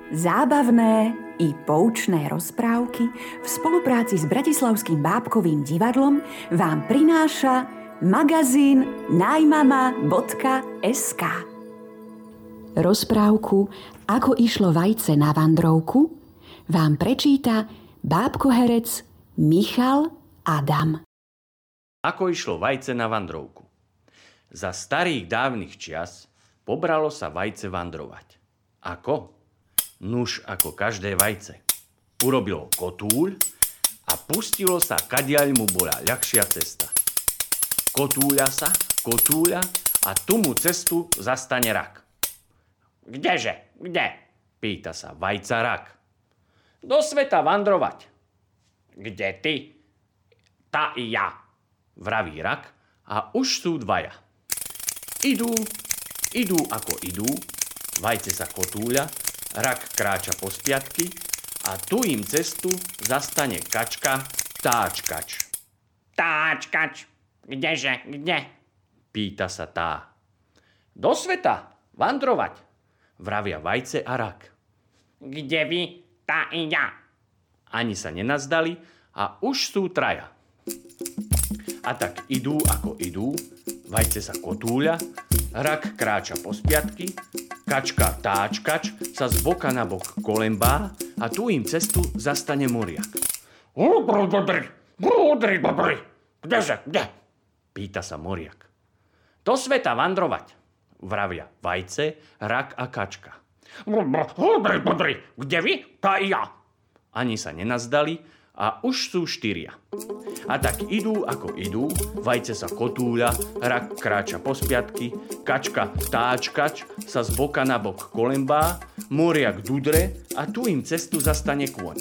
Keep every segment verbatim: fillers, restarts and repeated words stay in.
Zábavné i poučné rozprávky v spolupráci s Bratislavským bábkovým divadlom vám prináša magazín najmama bodka es ká. Rozprávku Ako išlo vajce na vandrovku vám prečíta bábkoherec Michal Adam. Ako išlo vajce na vandrovku. Za starých dávnych čias pobralo sa vajce vandrovať. Ako? Nuž ako každé vajce. Urobilo kotúľ a pustilo sa, kadiaľ mu bola ľahšia cesta. Kotúľa sa, kotúľa a tu mu cestu zastane rak. Kdeže? Kde? Pýta sa vajca rak. Do sveta vandrovať. Kde ty? Tá i ja, vraví rak a už sú dvaja. Idú, idú ako idú, vajce sa kotúľa, rak kráča po spiatky a tu im cestu zastane kačka táčkač. Táčkač, kdeže, kde? Pýta sa tá. Do sveta vandrovať, vravia vajce a rak. Kde vy, tá i ja? Ani sa nenazdali a už sú traja. A tak idú ako idú, vajce sa kotúľa, rak kráča po spiatky, kačka táčkač sa z boka na bok kolembá a tu im cestu zastane moriak. Kdeže, kde? Pýta sa moriak. Do sveta vandrovať, vravia vajce, rak a kačka. Kde vy? Tá i ja. Ani sa nenazdali a už sú štyria. A tak idú ako idú, vajce sa kotúľa, rak kráča po spiatky, kačka táčkač sa z boka na bok kolembá, moriak dudre a tu im cestu zastane kôň.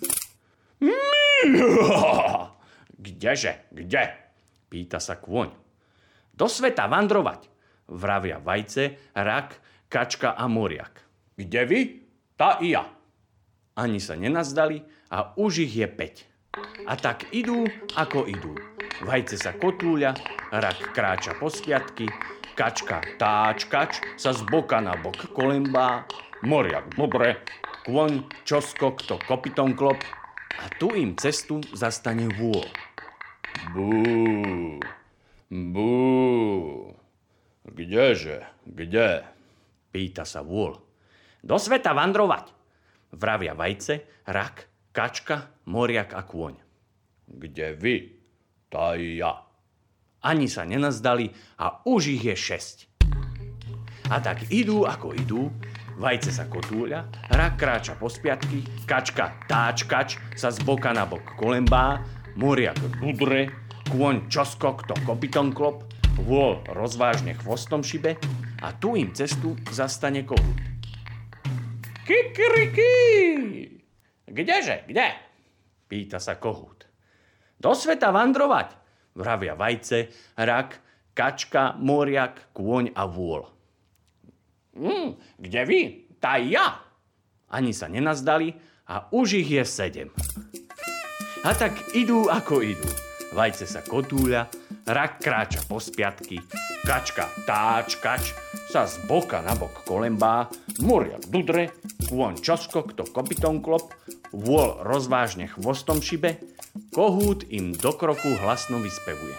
Kdeže, kde? Pýta sa kôň. Do sveta vandrovať, vravia vajce, rak, kačka a moriak. Kde vy? Tá i ja. Ani sa nenazdali a už ich je päť. A tak idú, ako idú. Vajce sa kotúľa, rak kráča po spiatky, kačka táčkač sa z boka na bok kolembá, moriak dobre, kôň čoskok to kopytom klop a tu im cestu zastane vôl. Bú, bú, kdeže, kde? Pýta sa vôl. Do sveta vandrovať, vravia vajce, rak, kačka, moriak a kôň. Kde vy? Tá i ja. Ani sa nenazdali a už ich je šesť. A tak idú ako idú, vajce sa kotúľa, rak kráča po spiatky, kačka táčkač sa z boka na bok kolembá, moriak dudre, kôň čoskok to kopytom klop, vôl rozvážne chvostom šibe a tu im cestu zastane kohút. Kikiriki! Kdeže, kde? Pýta sa kohút. Do sveta vandrovať, vravia vajce, rak, kačka, moriak, kôň a vôl. Mm, kde vy? Tá i ja. Ani sa nenazdali a už ich je sedem. A tak idú ako idú. Vajce sa kotúľa, rak kráča po spiatky, kačka táčkač sa z boka na bok kolembá, moriak dudre, kôň čoskok to kopytom klop, vôl rozvážne chvostom šibe, kohút im do kroku hlasno vyspevuje.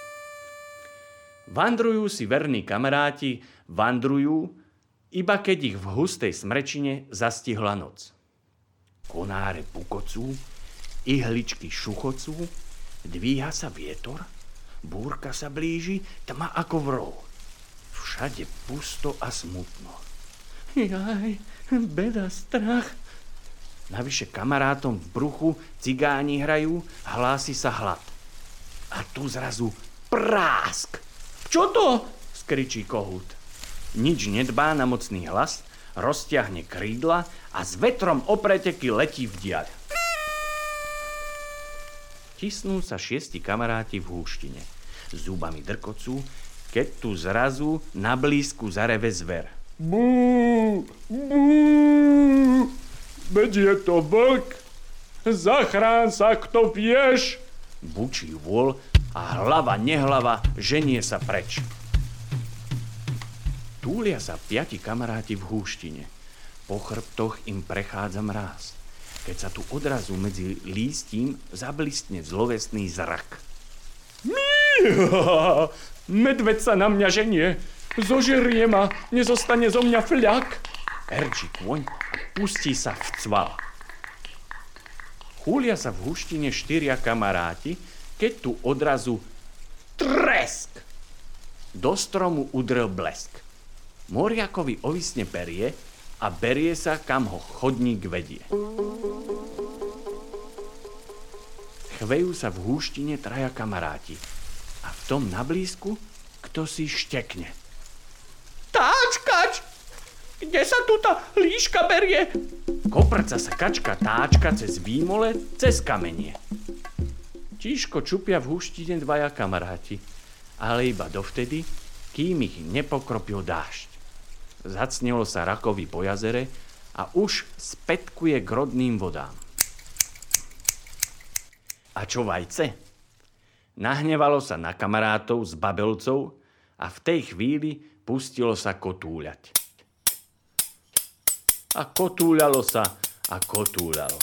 Vandrujú si verní kamaráti, vandrujú, iba keď ich v hustej smrečine zastihla noc. Konáre pukocú, ihličky šuchocú, dvíha sa vietor, búrka sa blíži, tma ako vrov. Všade pusto a smutno. Jaj, beda, strach. Navyše kamarátom v bruchu cigáni hrajú, hlási sa hlad. A tu zrazu prásk. Čo to? Skričí kohút. Nič nedbá na mocný hlas, roztiahne krídla a s vetrom opreteky letí v diaľ. Tisnú sa šiesti kamaráti v húštine. Zúbami drkocú, keď tu zrazu na blízku zareve zver. Bú, bú, veď je to vlk, zachrán sa, kto vieš. Bučí vôl a hlava nehlava ženie sa preč. Túlia sa piati kamaráti v húštine. Po chrbtoch im prechádza mráz, keď sa tu odrazu medzi lístím zablistne zlovesný zrak. Míha, medveď sa na mňa ženie, zožerie ma, nezostane zo mňa fľak. Herčí kôň a pustí sa v cval. Chúlia sa v húštine štyria kamaráti, keď tu odrazu tresk! Do stromu udrel blesk. Moriakovi ovisne perie a berie sa, kam ho chodník vedie. Chvejú sa v húštine traja kamaráti a v tom nablízku kto si štekne. Táč, kač! Kde sa tu tá líška berie? Koprca sa kačka táčka cez výmole, cez kamenie. Tížko čupia v húštine dvaja kamaráti, ale iba dovtedy, kým ich nepokropil dážď. Zacnilo sa rakovi po jazere a už spätkuje k rodným vodám. A čo vajce? Nahnevalo sa na kamarátov s babelcov a v tej chvíli pustilo sa kotúľať. A kotúľalo sa a kotúľalo.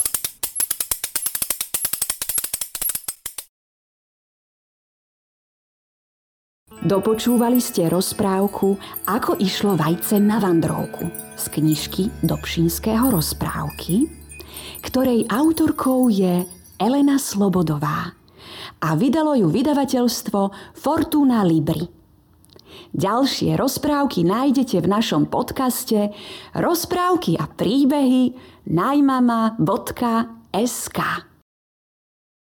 Dopočúvali ste rozprávku Ako išlo vajce na vandrovku z knižky Dobšinského rozprávky, ktorej autorkou je Elena Slobodová a vydalo ju vydavateľstvo Fortuna Libri. Ďalšie rozprávky nájdete v našom podcaste Rozprávky a príbehy najmama bodka es ká.